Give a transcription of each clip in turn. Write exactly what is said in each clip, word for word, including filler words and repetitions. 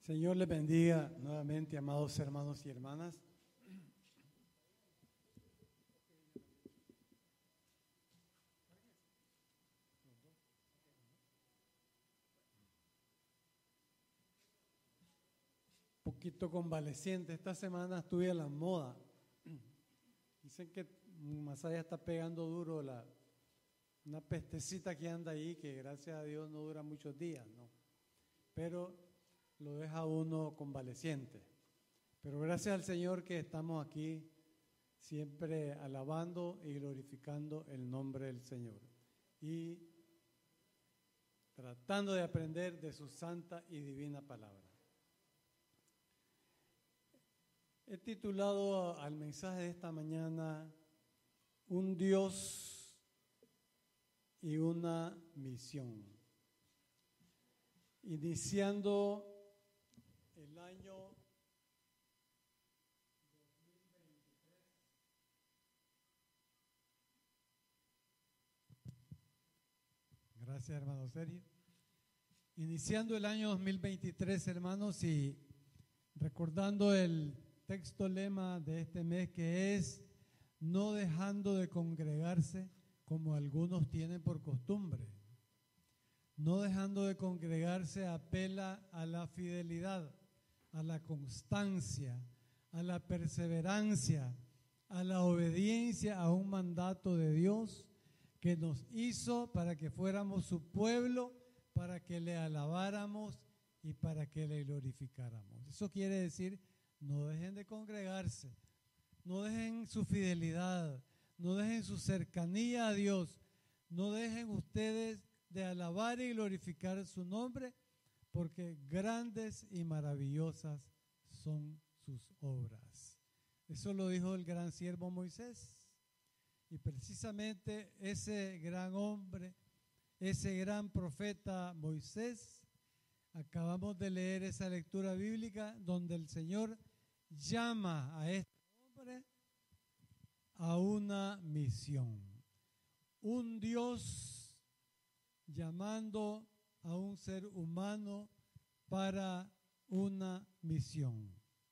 Señor les bendiga nuevamente, amados hermanos y hermanas. Un poquito convaleciente. Esta semana estuve a la moda. Dicen que Masaya está pegando duro la, una pestecita que anda ahí, que gracias a Dios no dura muchos días, ¿no? Pero lo deja uno convaleciente. Pero gracias al Señor que estamos aquí siempre alabando y glorificando el nombre del Señor y tratando de aprender de su santa y divina palabra. He titulado al mensaje de esta mañana Un Dios y una misión. Iniciando el año dos mil veintitrés. Gracias, hermano Sergio. Iniciando el año dos mil veintitrés, hermanos, y recordando el texto lema de este mes, que es no dejando de congregarse como algunos tienen por costumbre. No dejando de congregarse apela a la fidelidad, a la constancia, a la perseverancia, a la obediencia a un mandato de Dios que nos hizo para que fuéramos su pueblo, para que le alabáramos y para que le glorificáramos. Eso quiere decir, no dejen de congregarse, no dejen su fidelidad, no dejen su cercanía a Dios, no dejen ustedes de alabar y glorificar su nombre, porque grandes y maravillosas son sus obras. Eso lo dijo el gran siervo Moisés. Y precisamente ese gran hombre, ese gran profeta Moisés, acabamos de leer esa lectura bíblica donde el Señor llama a este hombre a una misión. Un Dios llamando a un ser humano para una misión.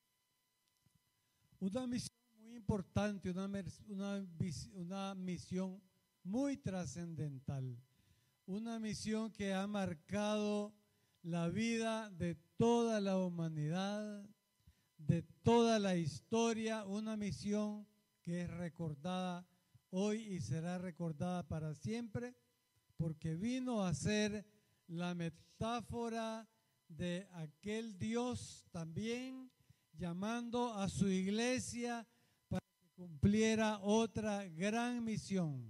Una misión muy importante, una, una, una misión muy trascendental. Una misión que ha marcado la vida de toda la humanidad, de toda la historia, una misión que es recordada hoy y será recordada para siempre, porque vino a ser la metáfora de aquel Dios también llamando a su iglesia para que cumpliera otra gran misión.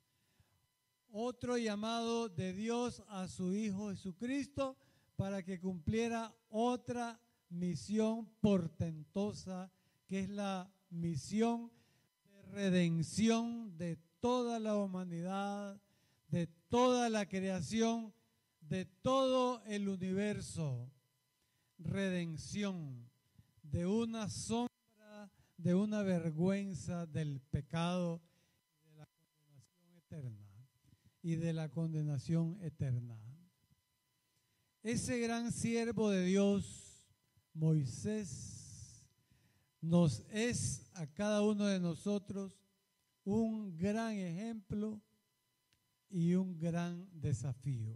Otro llamado de Dios a su Hijo Jesucristo para que cumpliera otra misión portentosa, que es la misión de redención de toda la humanidad, de toda la creación, de todo el universo. Redención de una sombra, de una vergüenza del pecado y de la condenación eterna. Y de la condenación eterna. Ese gran siervo de Dios, Moisés, nos es a cada uno de nosotros un gran ejemplo y un gran desafío.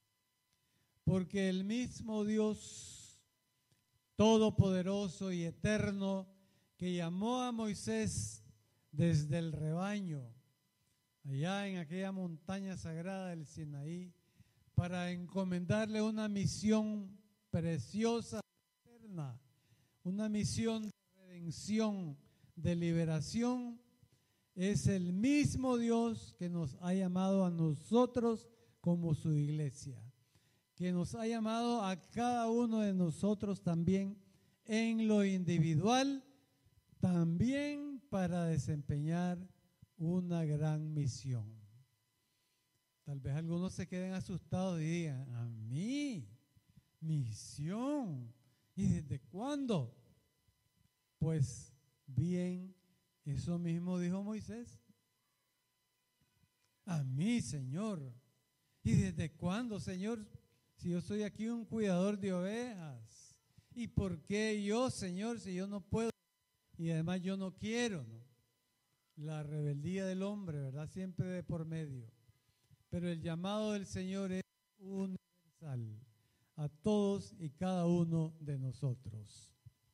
Porque el mismo Dios todopoderoso y eterno que llamó a Moisés desde el rebaño, allá en aquella montaña sagrada del Sinaí, para encomendarle una misión preciosa, eterna, una misión de redención, de liberación, es el mismo Dios que nos ha llamado a nosotros como su iglesia, que nos ha llamado a cada uno de nosotros también en lo individual, también para desempeñar una gran misión. Tal vez algunos se queden asustados y digan, ¿a mí? ¿Misión? ¿Y desde cuándo? Pues bien, eso mismo dijo Moisés. A mí, Señor. ¿Y desde cuándo, Señor? Si yo soy aquí un cuidador de ovejas ¿Y por qué yo, Señor, si yo no puedo? Y además yo no quiero, ¿no? La rebeldía del hombre, ¿verdad? Siempre de por medio. Pero el llamado del Señor es universal a todos y cada uno de nosotros.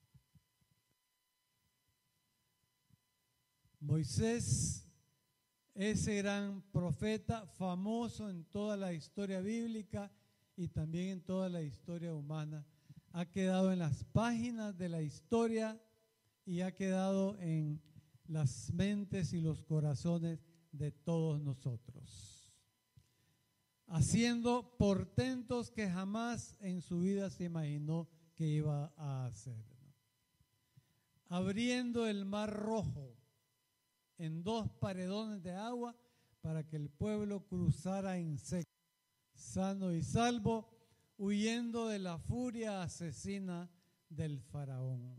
Moisés, ese gran profeta, famoso en toda la historia bíblica y también en toda la historia humana, ha quedado en las páginas de la historia y ha quedado en las mentes y los corazones de todos nosotros, haciendo portentos que jamás en su vida se imaginó que iba a hacer, ¿no? Abriendo el mar Rojo en dos paredones de agua para que el pueblo cruzara en seco, sano y salvo, huyendo de la furia asesina del faraón.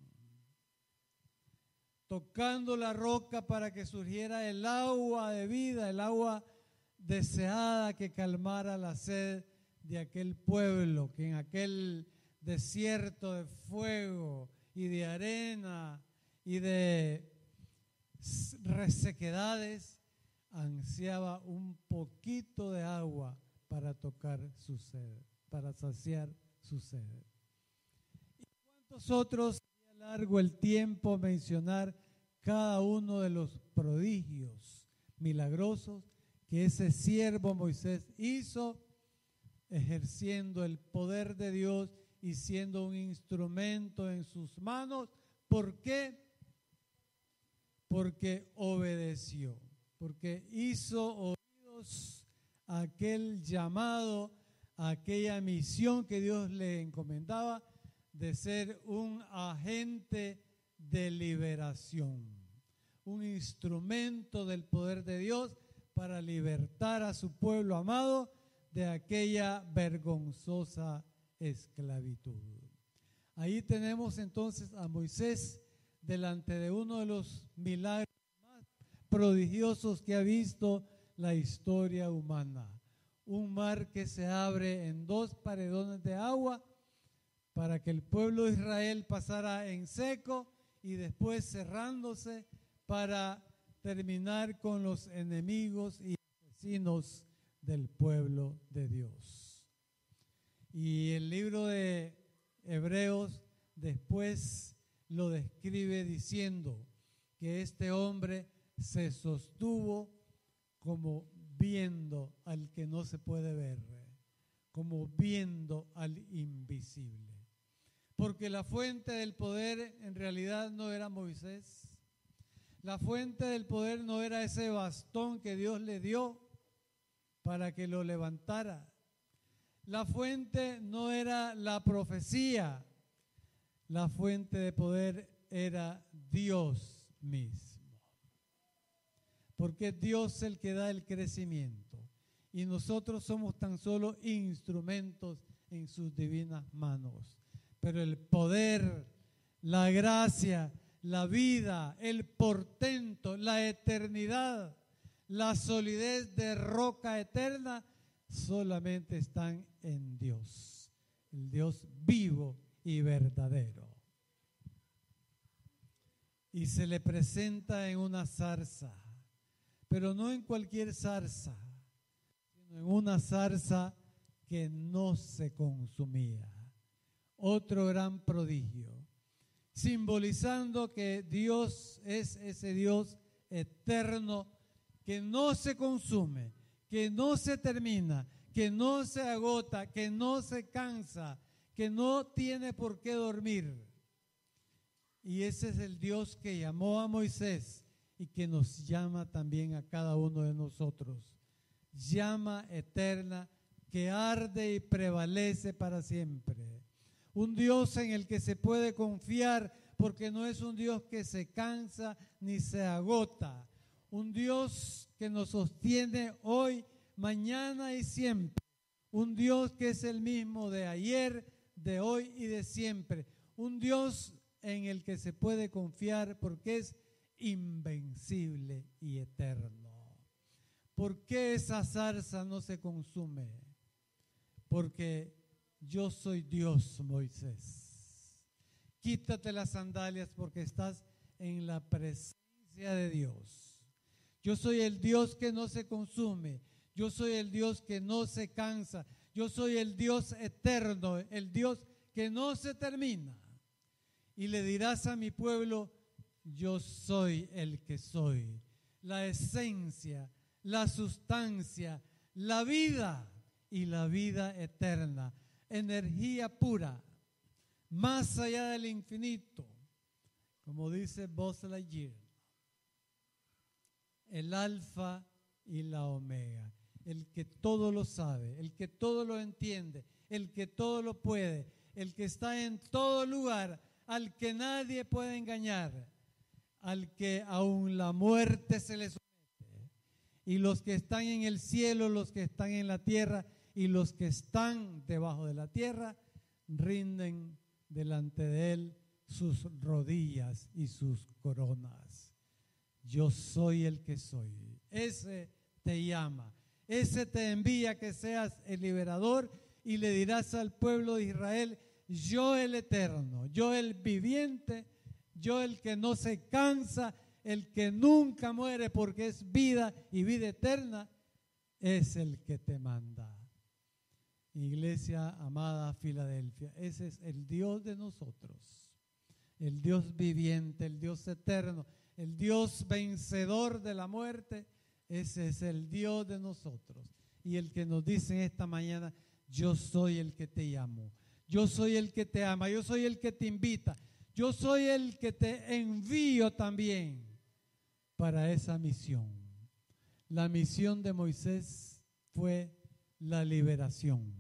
Tocando la roca para que surgiera el agua de vida, el agua deseada que calmara la sed de aquel pueblo que en aquel desierto de fuego y de arena y de resequedades ansiaba un poquito de agua para tocar su sed, para saciar su sed. ¿Y cuántos otros? Sería largo el tiempo mencionar cada uno de los prodigios milagrosos que ese siervo Moisés hizo, ejerciendo el poder de Dios y siendo un instrumento en sus manos. ¿Por qué? Porque obedeció, porque hizo oídos a aquel llamado, a aquella misión que Dios le encomendaba de ser un agente de liberación, un instrumento del poder de Dios para libertar a su pueblo amado de aquella vergonzosa esclavitud. Ahí tenemos entonces a Moisés delante de uno de los milagros más prodigiosos que ha visto la historia humana. Un mar que se abre en dos paredones de agua para que el pueblo de Israel pasara en seco y después cerrándose para terminar con los enemigos y asesinos del pueblo de Dios. Y el libro de Hebreos después lo describe diciendo que este hombre se sostuvo como viendo al que no se puede ver, como viendo al invisible. Porque la fuente del poder en realidad no era Moisés. La fuente del poder no era ese bastón que Dios le dio para que lo levantara. La fuente no era la profecía. La fuente de poder era Dios mismo. Porque es Dios el que da el crecimiento. Y nosotros somos tan solo instrumentos en sus divinas manos. Pero el poder, la gracia, la vida, el portento, la eternidad, la solidez de roca eterna, solamente están en Dios, el Dios vivo y verdadero. Y se le presenta en una zarza, pero no en cualquier zarza, sino en una zarza que no se consumía. Otro gran prodigio, simbolizando que Dios es ese Dios eterno que no se consume, que no se termina, que no se agota, que no se cansa, que no tiene por qué dormir. Y ese es el Dios que llamó a Moisés y que nos llama también a cada uno de nosotros. Llama eterna que arde y prevalece para siempre. Un Dios en el que se puede confiar porque no es un Dios que se cansa ni se agota. Un Dios que nos sostiene hoy, mañana y siempre. Un Dios que es el mismo de ayer, de hoy y de siempre. Un Dios en el que se puede confiar porque es invencible y eterno. ¿Por qué esa zarza no se consume? Porque yo soy Dios, Moisés. Quítate las sandalias porque estás en la presencia de Dios. Yo soy el Dios que no se consume. Yo soy el Dios que no se cansa. Yo soy el Dios eterno, el Dios que no se termina. Y le dirás a mi pueblo, yo soy el que soy. La esencia, la sustancia, la vida y la vida eterna. Energía pura, más allá del infinito. Como dice Buzz Lightyear, el alfa y la omega, el que todo lo sabe, el que todo lo entiende, el que todo lo puede, el que está en todo lugar, al que nadie puede engañar, al que aún la muerte se le somete, y los que están en el cielo, los que están en la tierra y los que están debajo de la tierra, rinden delante de él sus rodillas y sus coronas. Yo soy el que soy. Ese te llama, ese te envía que seas el liberador, y le dirás al pueblo de Israel, yo el eterno, yo el viviente, yo el que no se cansa, el que nunca muere porque es vida y vida eterna, es el que te manda. Iglesia amada Filadelfia, ese es el Dios de nosotros, el Dios viviente, el Dios eterno, el Dios vencedor de la muerte. Ese es el Dios de nosotros, y el que nos dice en esta mañana, yo soy el que te llamo, yo soy el que te ama, yo soy el que te invita, yo soy el que te envío también para esa misión. La misión de Moisés fue la liberación.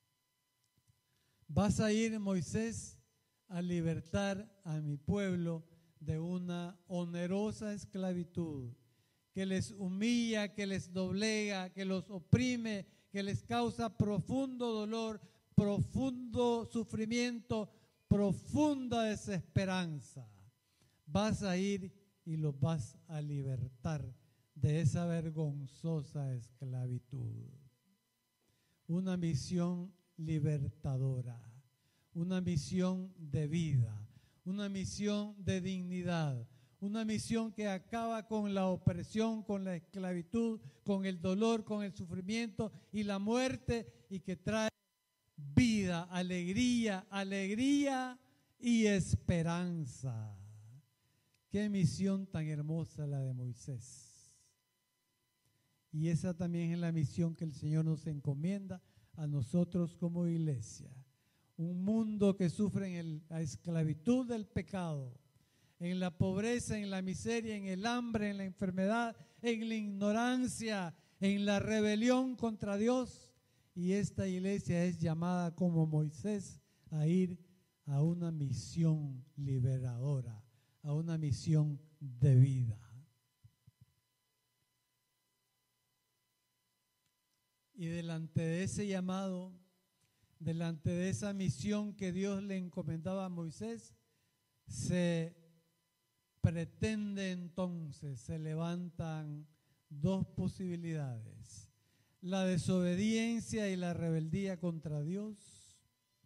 Vas a ir, Moisés, a libertar a mi pueblo de una onerosa esclavitud que les humilla, que les doblega, que los oprime, que les causa profundo dolor, profundo sufrimiento, profunda desesperanza. Vas a ir y los vas a libertar de esa vergonzosa esclavitud. Una misión libertadora, una misión de vida, una misión de dignidad, una misión que acaba con la opresión, con la esclavitud, con el dolor, con el sufrimiento y la muerte, y que trae vida, alegría, alegría y esperanza. Qué misión tan hermosa la de Moisés. Y esa también es la misión que el Señor nos encomienda a nosotros como iglesia. Un mundo que sufre en la esclavitud del pecado, en la pobreza, en la miseria, en el hambre, en la enfermedad, en la ignorancia, en la rebelión contra Dios. Y esta iglesia es llamada como Moisés a ir a una misión liberadora, a una misión de vida. Y delante de ese llamado, delante de esa misión que Dios le encomendaba a Moisés, se pretende entonces, se levantan dos posibilidades: la desobediencia y la rebeldía contra Dios,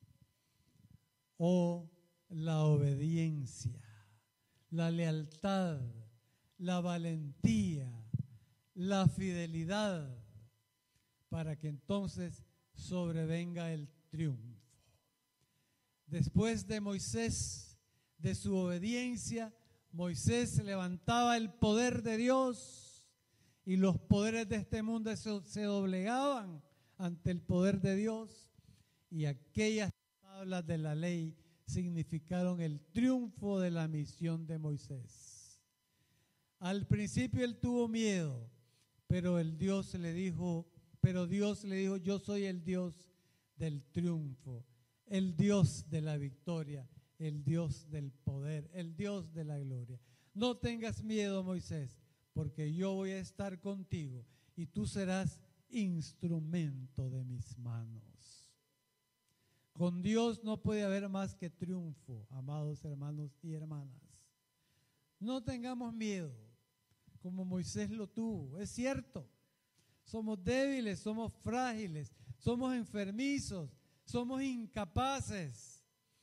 o la obediencia, la lealtad, la valentía, la fidelidad, para que entonces sobrevenga el triunfo. Después de Moisés, de su obediencia, Moisés levantaba el poder de Dios, y los poderes de este mundo se, se doblegaban ante el poder de Dios, y aquellas tablas de la ley significaron el triunfo de la misión de Moisés. Al principio él tuvo miedo, pero el Dios le dijo, pero Dios le dijo, yo soy el Dios del triunfo, el Dios de la victoria, el Dios del poder, el Dios de la gloria. No tengas miedo, Moisés, porque yo voy a estar contigo y tú serás instrumento de mis manos. Con Dios no puede haber más que triunfo, amados hermanos y hermanas. No tengamos miedo, como Moisés lo tuvo. Es cierto, somos débiles, somos frágiles, somos enfermizos, somos incapaces,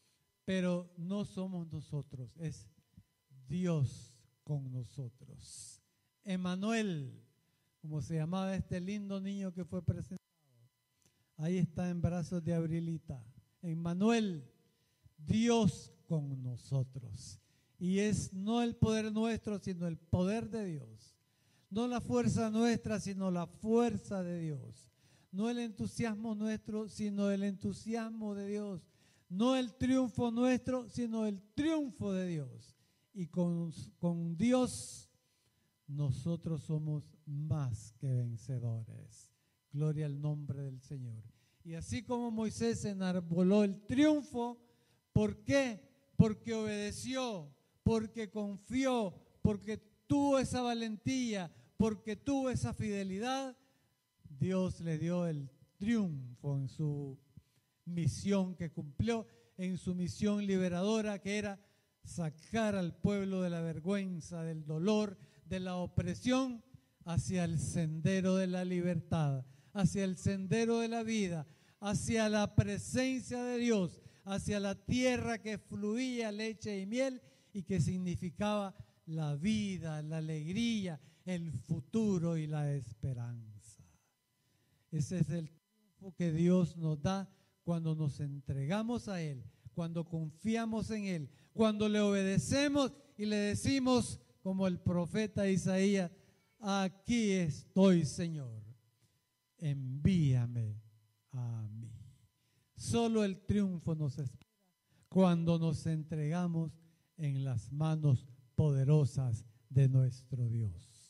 pero no somos nosotros, es Dios con nosotros. Emmanuel, como se llamaba este lindo niño que fue presentado, ahí está en brazos de Abrilita. Emmanuel, Dios con nosotros. Y es no el poder nuestro, sino el poder de Dios. No la fuerza nuestra, sino la fuerza de Dios. No el entusiasmo nuestro, sino el entusiasmo de Dios. No el triunfo nuestro, sino el triunfo de Dios. Y con, con Dios nosotros somos más que vencedores. Gloria al nombre del Señor. Y así como Moisés enarboló el triunfo, ¿por qué? Porque obedeció, porque confió, porque tuvo esa valentía, porque tuvo esa fidelidad. Dios le dio el triunfo en su misión que cumplió, en su misión liberadora, que era sacar al pueblo de la vergüenza, del dolor, de la opresión, hacia el sendero de la libertad, hacia el sendero de la vida, hacia la presencia de Dios, hacia la tierra que fluía leche y miel y que significaba la vida, la alegría, el futuro y la esperanza. Ese es el triunfo que Dios nos da cuando nos entregamos a Él, cuando confiamos en Él, cuando le obedecemos y le decimos como el profeta Isaías: aquí estoy, Señor, envíame a mí. Solo el triunfo nos espera cuando nos entregamos en las manos poderosas de nuestro Dios.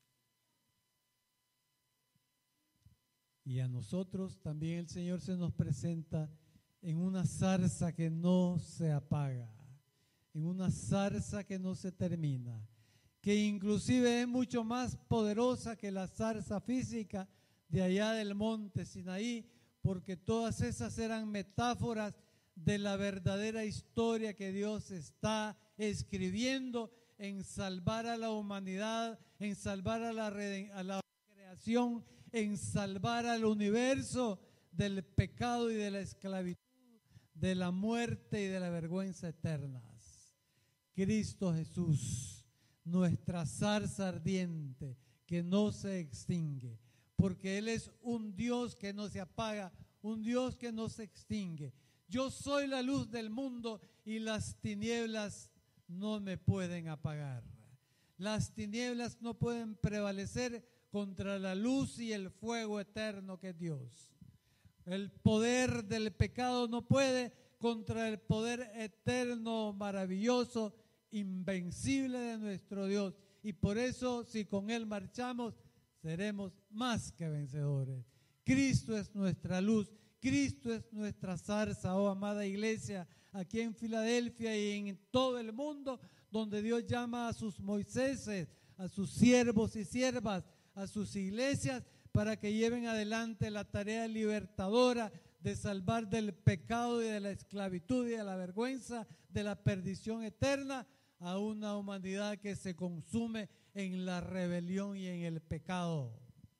Y a nosotros también el Señor se nos presenta en una zarza que no se apaga, en una zarza que no se termina, que inclusive es mucho más poderosa que la zarza física de allá del monte Sinaí, porque todas esas eran metáforas de la verdadera historia que Dios está escribiendo en salvar a la humanidad, en salvar a la, a la creación, en salvar al universo del pecado y de la esclavitud, de la muerte y de la vergüenza eternas. Cristo Jesús, nuestra zarza ardiente que no se extingue, porque Él es un Dios que no se apaga, un Dios que no se extingue. Yo soy la luz del mundo y las tinieblas no me pueden apagar. Las tinieblas no pueden prevalecer contra la luz y el fuego eterno que es Dios. El poder del pecado no puede contra el poder eterno, maravilloso, invencible de nuestro Dios. Y por eso, si con Él marchamos, seremos más que vencedores. Cristo es nuestra luz, Cristo es nuestra zarza, oh amada iglesia, aquí en Filadelfia y en todo el mundo, donde Dios llama a sus Moiséses, a sus siervos y siervas, a sus iglesias, para que lleven adelante la tarea libertadora de salvar del pecado y de la esclavitud y de la vergüenza, de la perdición eterna, a una humanidad que se consume en la rebelión y en el pecado.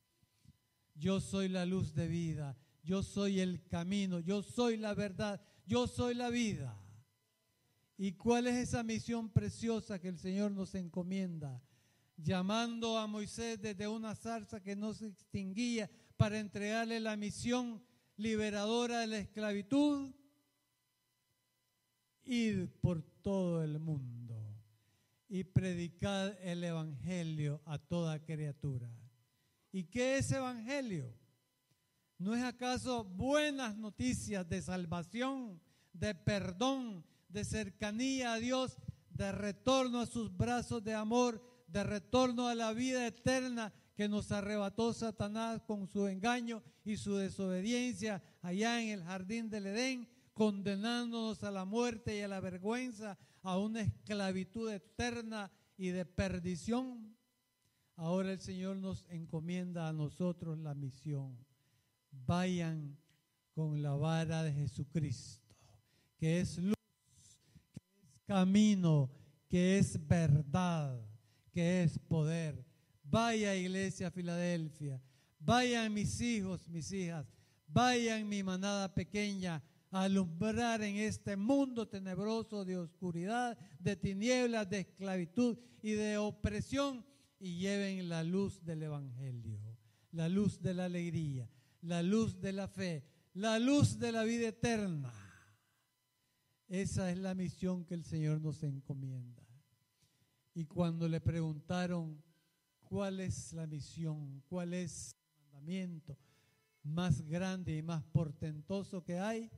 Yo soy la luz de vida, yo soy el camino, yo soy la verdad, yo soy la vida. ¿Y cuál es esa misión preciosa que el Señor nos encomienda? Llamando a Moisés desde una zarza que no se extinguía para entregarle la misión liberadora de la esclavitud. Id por todo el mundo y predicad el evangelio a toda criatura. ¿Y qué es evangelio? ¿No es acaso buenas noticias de salvación, de perdón, de cercanía a Dios, de retorno a sus brazos de amor, de retorno a la vida eterna que nos arrebató Satanás con su engaño y su desobediencia allá en el jardín del Edén, condenándonos a la muerte y a la vergüenza, a una esclavitud eterna y de perdición? Ahora el Señor nos encomienda a nosotros la misión. Vayan con la vara de Jesucristo, que es luz, que es camino, que es verdad, que es poder. Vaya, iglesia Filadelfia, vayan mis hijos, mis hijas, vayan mi manada pequeña, a alumbrar en este mundo tenebroso de oscuridad, de tinieblas, de esclavitud y de opresión, y lleven la luz del Evangelio, la luz de la alegría, la luz de la fe, la luz de la vida eterna. Esa es la misión que el Señor nos encomienda. Y cuando le preguntaron cuál es la misión, cuál es el mandamiento más grande y más portentoso que hay,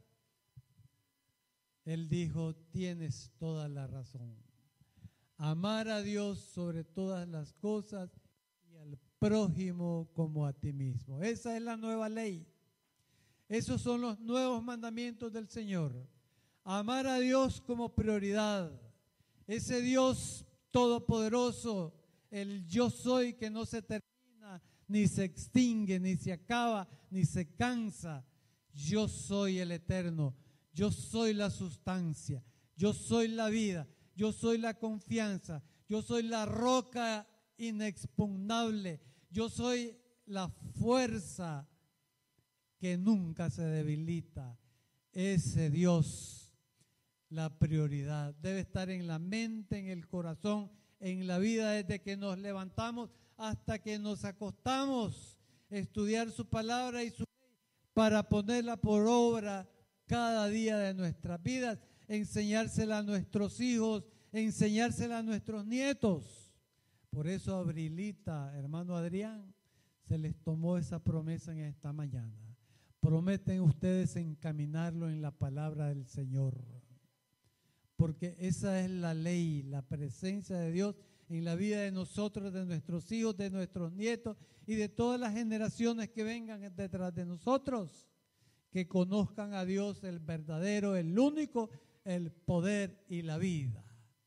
Él dijo: tienes toda la razón. Amar a Dios sobre todas las cosas y al prójimo como a ti mismo. Esa es la nueva ley. Esos son los nuevos mandamientos del Señor. Amar a Dios como prioridad. Ese Dios todopoderoso, el yo soy que no se termina, ni se extingue, ni se acaba, ni se cansa. Yo soy el eterno. Yo soy la sustancia. Yo soy la vida. Yo soy la confianza, yo soy la roca inexpugnable, yo soy la fuerza que nunca se debilita. Ese Dios, la prioridad, debe estar en la mente, en el corazón, en la vida desde que nos levantamos hasta que nos acostamos. Estudiar su palabra y su ley para ponerla por obra cada día de nuestras vidas. Enseñársela a nuestros hijos, enseñársela a nuestros nietos. Por eso a Brilita, hermano Adrián, se les tomó esa promesa en esta mañana. Prometen ustedes encaminarlo en la palabra del Señor, porque esa es la ley, la presencia de Dios en la vida de nosotros, de nuestros hijos, de nuestros nietos y de todas las generaciones que vengan detrás de nosotros, que conozcan a Dios, el verdadero, el único, el poder y la vida.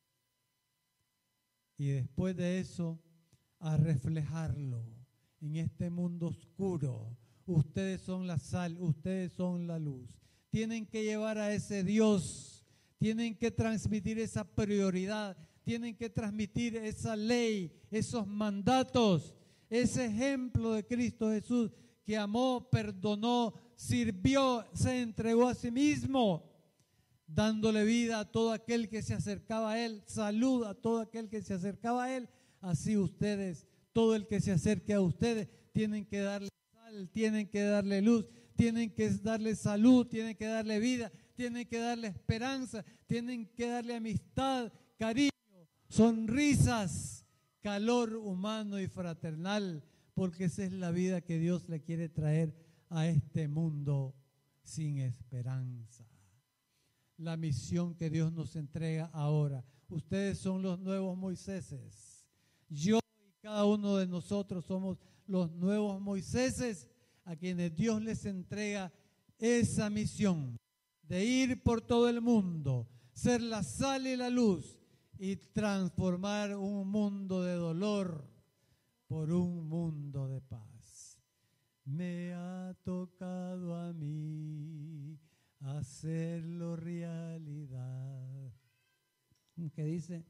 Y después de eso, a reflejarlo en este mundo oscuro. Ustedes son la sal, ustedes son la luz. Tienen que llevar a ese Dios, tienen que transmitir esa prioridad, tienen que transmitir esa ley, esos mandatos, ese ejemplo de Cristo Jesús que amó, perdonó, sirvió, se entregó a sí mismo, dándole vida a todo aquel que se acercaba a Él, salud a todo aquel que se acercaba a Él. Así ustedes, todo el que se acerque a ustedes, tienen que darle sal, tienen que darle luz, tienen que darle salud, tienen que darle vida, tienen que darle esperanza, tienen que darle amistad, cariño, sonrisas, calor humano y fraternal, porque esa es la vida que Dios le quiere traer a este mundo sin esperanza. La misión que Dios nos entrega ahora. Ustedes son los nuevos Moiséses. Yo y cada uno de nosotros somos los nuevos Moiséses a quienes Dios les entrega esa misión de ir por todo el mundo, ser la sal y la luz y transformar un mundo de dolor por un mundo de paz. Me ha tocado a mí hacerlo realidad. ¿Qué dice?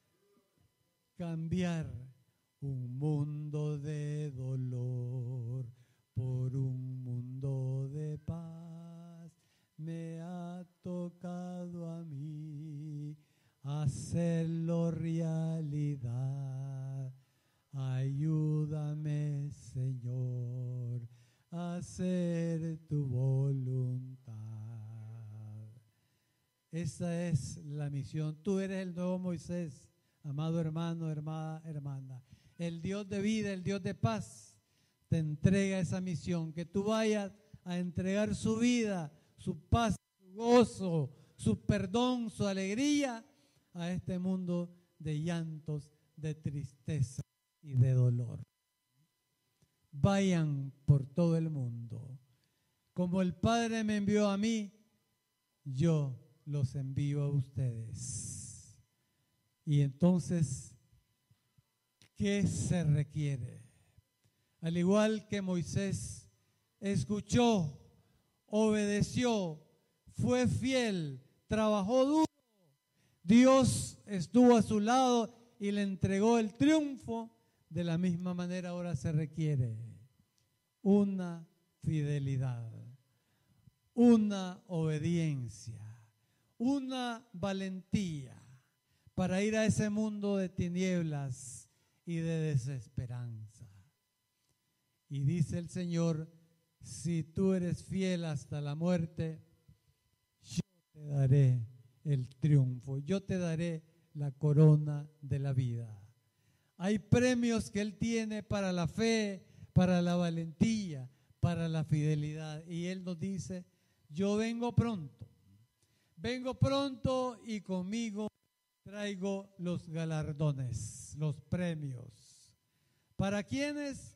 Cambiar un mundo de dolor por un mundo de paz. Me ha tocado a mí hacerlo realidad. Ayúdame, Señor, a hacer tu voluntad. Esa es la misión. Tú eres el nuevo Moisés, amado hermano, hermana, hermana. El Dios de vida, el Dios de paz, te entrega esa misión, que tú vayas a entregar su vida, su paz, su gozo, su perdón, su alegría a este mundo de llantos, de tristeza y de dolor. Vayan por todo el mundo. Como el Padre me envió a mí, yo los envío a ustedes. Y entonces, ¿qué se requiere? Al igual que Moisés escuchó, obedeció, fue fiel, trabajó duro, Dios estuvo a su lado y le entregó el triunfo. De la misma manera ahora se requiere una fidelidad, una obediencia, una valentía para ir a ese mundo de tinieblas y de desesperanza. Y dice el Señor, si tú eres fiel hasta la muerte, yo te daré el triunfo, yo te daré la corona de la vida. Hay premios que Él tiene para la fe, para la valentía, para la fidelidad. Y Él nos dice, yo vengo pronto, vengo pronto y conmigo traigo los galardones, los premios. ¿Para quiénes?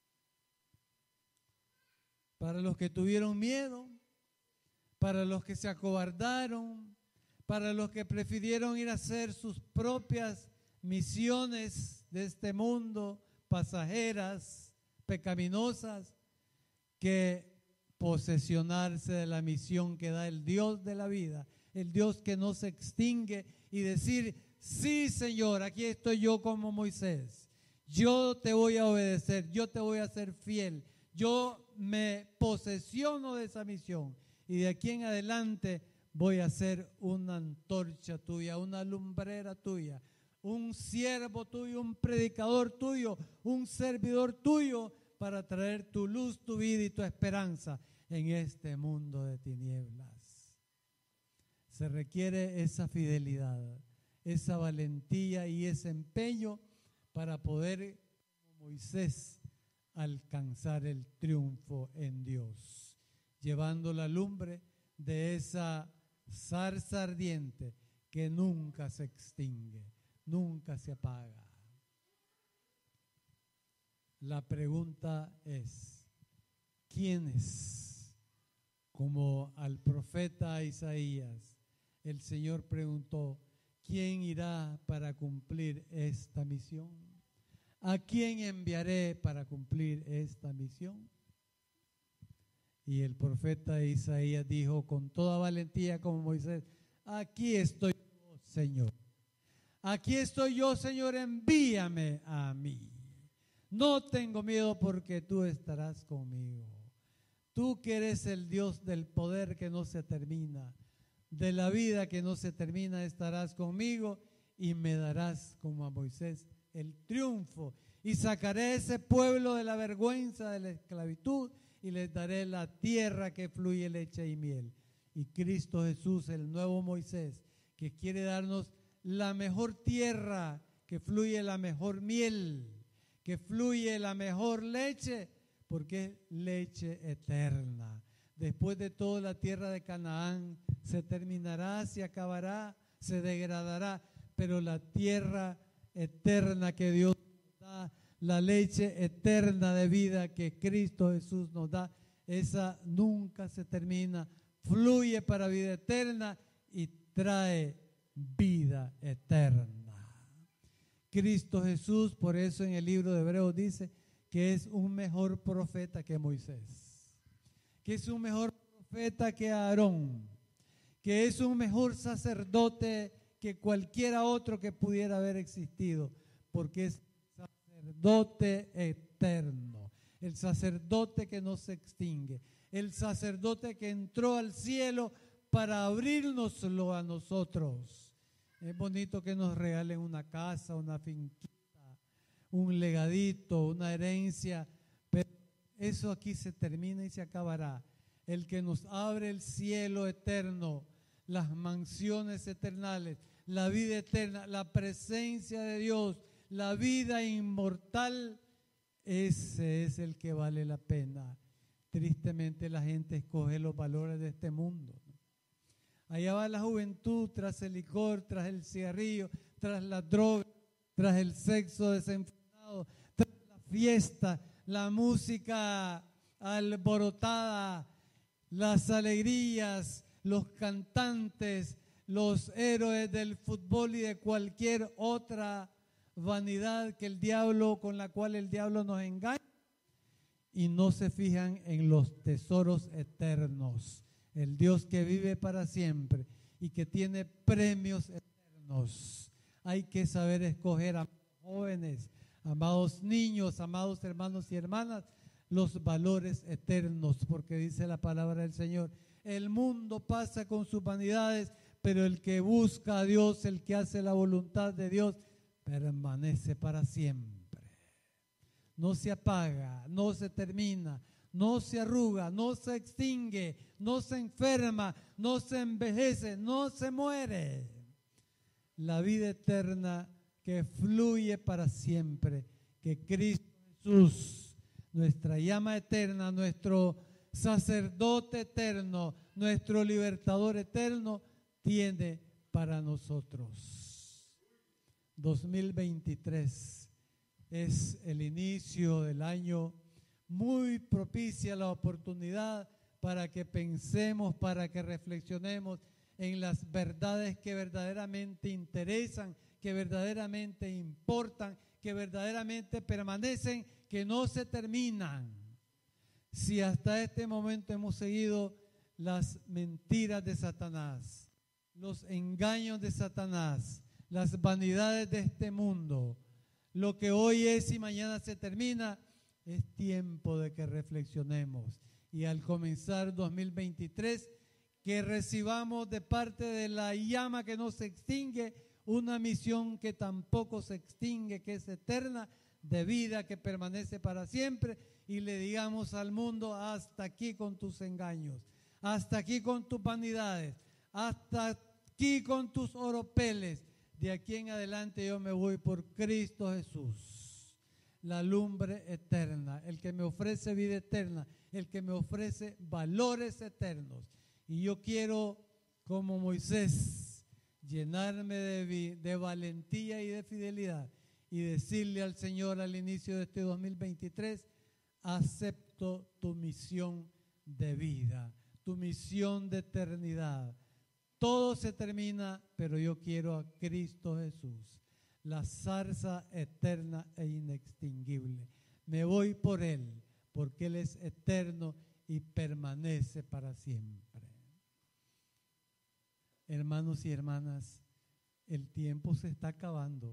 Para los que tuvieron miedo, para los que se acobardaron, para los que prefirieron ir a hacer sus propias misiones de este mundo, pasajeras, pecaminosas, que posesionarse de la misión que da el Dios de la vida, el Dios que no se extingue, y decir, sí, Señor, aquí estoy yo como Moisés, yo te voy a obedecer, yo te voy a ser fiel, yo me posesiono de esa misión y de aquí en adelante voy a ser una antorcha tuya, una lumbrera tuya, un siervo tuyo, un predicador tuyo, un servidor tuyo para traer tu luz, tu vida y tu esperanza en este mundo de tinieblas. Se requiere esa fidelidad, esa valentía y ese empeño para poder, como Moisés, alcanzar el triunfo en Dios, llevando la lumbre de esa zarza ardiente que nunca se extingue, nunca se apaga. La pregunta es, ¿quiénes? Como al profeta Isaías, el Señor preguntó, ¿quién irá para cumplir esta misión? ¿A quién enviaré para cumplir esta misión? Y el profeta Isaías dijo con toda valentía como Moisés, aquí estoy yo, Señor. Aquí estoy yo, Señor, envíame a mí. No tengo miedo porque tú estarás conmigo. Tú que eres el Dios del poder que no se termina, de la vida que no se termina, estarás conmigo y me darás como a Moisés el triunfo. Y sacaré a ese pueblo de la vergüenza de la esclavitud y les daré la tierra que fluye leche y miel. Y Cristo Jesús, el nuevo Moisés, que quiere darnos la mejor tierra, que fluye la mejor miel, que fluye la mejor leche, porque es leche eterna. Después de todo, la tierra de Canaán se terminará, se acabará, se degradará, pero la tierra eterna que Dios nos da, la leche eterna de vida que Cristo Jesús nos da, esa nunca se termina, fluye para vida eterna y trae vida eterna. Cristo Jesús, por eso en el libro de Hebreos dice que es un mejor profeta que Moisés, que es un mejor profeta que Aarón, que es un mejor sacerdote que cualquiera otro que pudiera haber existido, porque es sacerdote eterno, el sacerdote que no se extingue, el sacerdote que entró al cielo para abrirnoslo a nosotros. Es bonito que nos regalen una casa, una finquita, un legadito, una herencia, pero eso aquí se termina y se acabará. El que nos abre el cielo eterno, las mansiones eternales, la vida eterna, la presencia de Dios, la vida inmortal, ese es el que vale la pena. Tristemente la gente escoge los valores de este mundo. Allá va la juventud tras el licor, tras el cigarrillo, tras la droga, tras el sexo desenfrenado, tras la fiesta, la música alborotada, las alegrías, los cantantes, los héroes del fútbol y de cualquier otra vanidad que el diablo, con la cual el diablo nos engaña, y no se fijan en los tesoros eternos. El Dios que vive para siempre y que tiene premios eternos. Hay que saber escoger, a jóvenes, amados niños, amados hermanos y hermanas, los valores eternos, porque dice la palabra del Señor, El mundo pasa con sus vanidades, pero el que busca a Dios, el que hace la voluntad de Dios, permanece para siempre. No se apaga, no se termina, no se arruga, no se extingue, no se enferma, no se envejece, no se muere. La vida eterna que fluye para siempre, que Cristo Jesús, nuestra llama eterna, nuestro sacerdote eterno, nuestro libertador eterno, tiene para nosotros. dos mil veintitrés es el inicio del año, muy propicia la oportunidad para que pensemos, para que reflexionemos en las verdades que verdaderamente interesan, que verdaderamente importan, que verdaderamente permanecen, que no se terminan. Si hasta este momento hemos seguido las mentiras de Satanás, los engaños de Satanás, las vanidades de este mundo, lo que hoy es y mañana se termina, es tiempo de que reflexionemos y al comenzar dos mil veintitrés que recibamos de parte de la llama que no se extingue una misión que tampoco se extingue, que es eterna, de vida que permanece para siempre, y le digamos al mundo: hasta aquí con tus engaños, hasta aquí con tus vanidades, hasta aquí con tus oropeles. De aquí en adelante yo me voy por Cristo Jesús, la lumbre eterna, el que me ofrece vida eterna, el que me ofrece valores eternos. Y yo quiero, como Moisés, llenarme de, de valentía y de fidelidad y decirle al Señor al inicio de este dos mil veintitrés: acepto tu misión de vida, tu misión de eternidad. Todo se termina, pero yo quiero a Cristo Jesús, la zarza eterna e inextinguible. Me voy por Él, porque Él es eterno y permanece para siempre. Hermanos y hermanas, el tiempo se está acabando.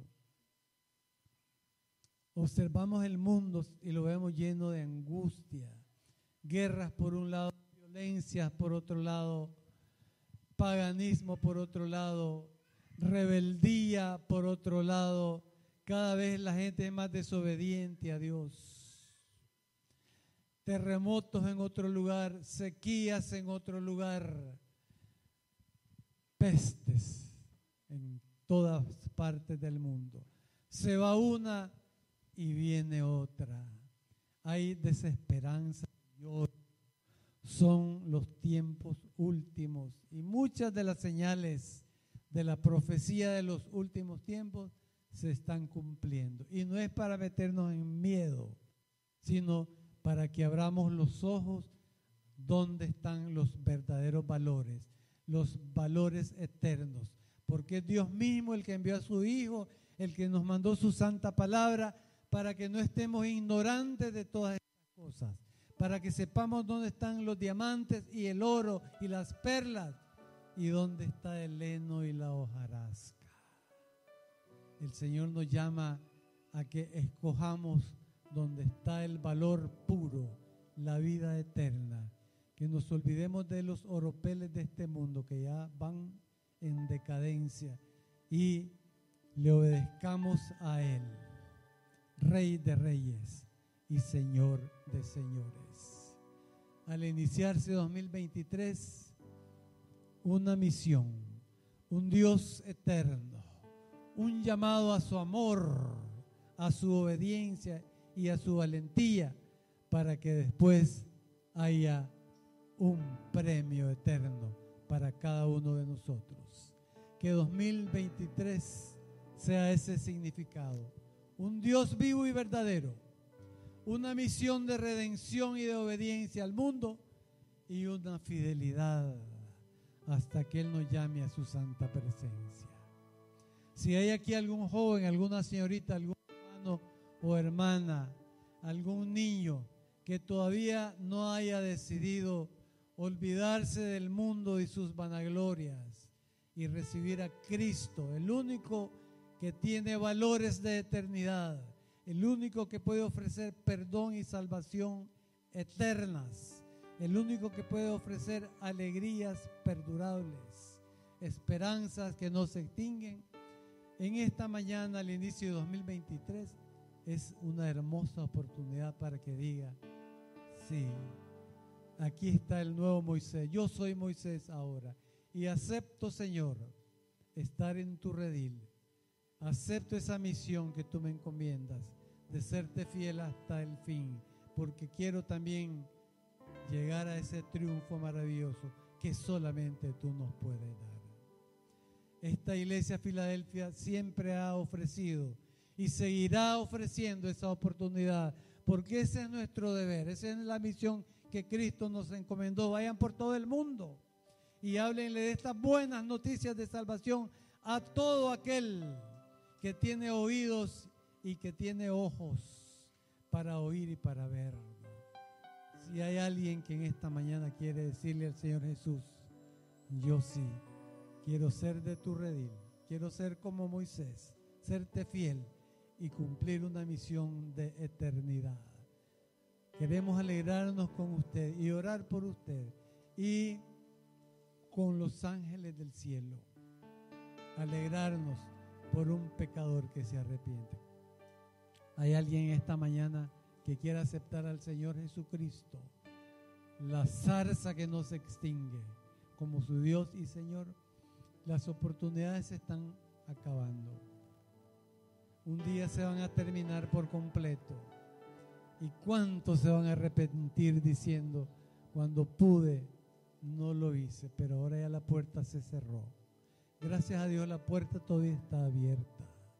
Observamos el mundo y lo vemos lleno de angustia, guerras por un lado, violencias por otro lado, paganismo por otro lado, rebeldía por otro lado. Cada vez la gente es más desobediente a Dios. Terremotos en otro lugar, sequías en otro lugar, pestes en todas partes del mundo. Se va una y viene otra. Hay desesperanza y lloro. Son los tiempos últimos y muchas de las señales de la profecía de los últimos tiempos se están cumpliendo. Y no es para meternos en miedo, sino para que abramos los ojos donde están los verdaderos valores, los valores eternos. Porque es Dios mismo el que envió a su Hijo, el que nos mandó su santa palabra, para que no estemos ignorantes de todas estas cosas, para que sepamos dónde están los diamantes y el oro y las perlas y dónde está el heno y la hojarasca. El Señor nos llama a que escojamos donde está el valor puro, la vida eterna, que nos olvidemos de los oropeles de este mundo que ya van en decadencia y le obedezcamos a Él, Rey de Reyes y Señor de señores. Al iniciarse dos mil veintitrés, una misión, un Dios eterno, un llamado a su amor, a su obediencia y a su valentía, para que después haya un premio eterno para cada uno de nosotros. Que dos mil veintitrés sea ese significado, un Dios vivo y verdadero, una misión de redención y de obediencia al mundo y una fidelidad hasta que Él nos llame a su santa presencia. Si hay aquí algún joven, alguna señorita, algún hermano o hermana, algún niño que todavía no haya decidido olvidarse del mundo y sus vanaglorias y recibir a Cristo, el único que tiene valores de eternidad, el único que puede ofrecer perdón y salvación eternas, el único que puede ofrecer alegrías perdurables, esperanzas que no se extinguen. En esta mañana, al inicio de dos mil veintitrés, es una hermosa oportunidad para que diga, sí, aquí está el nuevo Moisés, yo soy Moisés ahora, y acepto, Señor, estar en tu redil, acepto esa misión que tú me encomiendas, de serte fiel hasta el fin, porque quiero también llegar a ese triunfo maravilloso que solamente tú nos puedes dar. Esta iglesia Filadelfia siempre ha ofrecido y seguirá ofreciendo esa oportunidad, porque ese es nuestro deber, esa es la misión que Cristo nos encomendó. Vayan por todo el mundo y háblenle de estas buenas noticias de salvación a todo aquel que tiene oídos y que tiene ojos para oír y para ver. Si hay alguien que en esta mañana quiere decirle al Señor Jesús, yo sí, quiero ser de tu redil, quiero ser como Moisés, serte fiel y cumplir una misión de eternidad. Queremos alegrarnos con usted y orar por usted y con los ángeles del cielo, alegrarnos por un pecador que se arrepiente. ¿Hay alguien esta mañana que quiera aceptar al Señor Jesucristo, la zarza que no se extingue, como su Dios y Señor? Las oportunidades se están acabando. Un día se van a terminar por completo. ¿Y cuántos se van a arrepentir diciendo, cuando pude, no lo hice, pero ahora ya la puerta se cerró? Gracias a Dios la puerta todavía está abierta.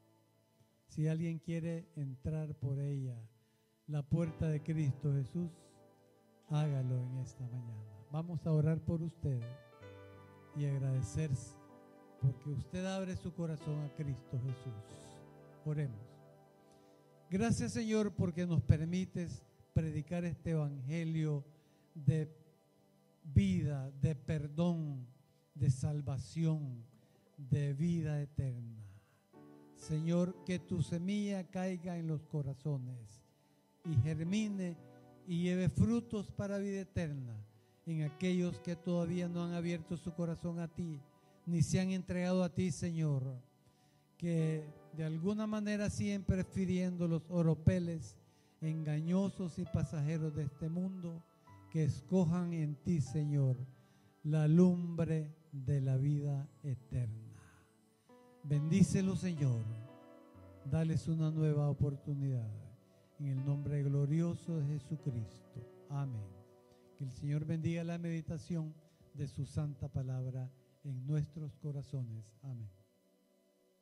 Si alguien quiere entrar por ella, la puerta de Cristo Jesús, hágalo en esta mañana. Vamos a orar por usted y agradecerse porque usted abre su corazón a Cristo Jesús. Oremos. Gracias, Señor, porque nos permites predicar este evangelio de vida, de perdón, de salvación, de vida eterna. Señor, que tu semilla caiga en los corazones y germine y lleve frutos para vida eterna en aquellos que todavía no han abierto su corazón a ti, ni se han entregado a ti, Señor, que de alguna manera siguen prefiriendo los oropeles engañosos y pasajeros de este mundo, que escojan en ti, Señor, la lumbre de la vida eterna. Bendícelo, Señor, dales una nueva oportunidad, en el nombre glorioso de Jesucristo. Amén. Que el Señor bendiga la meditación de su santa palabra en nuestros corazones. Amén.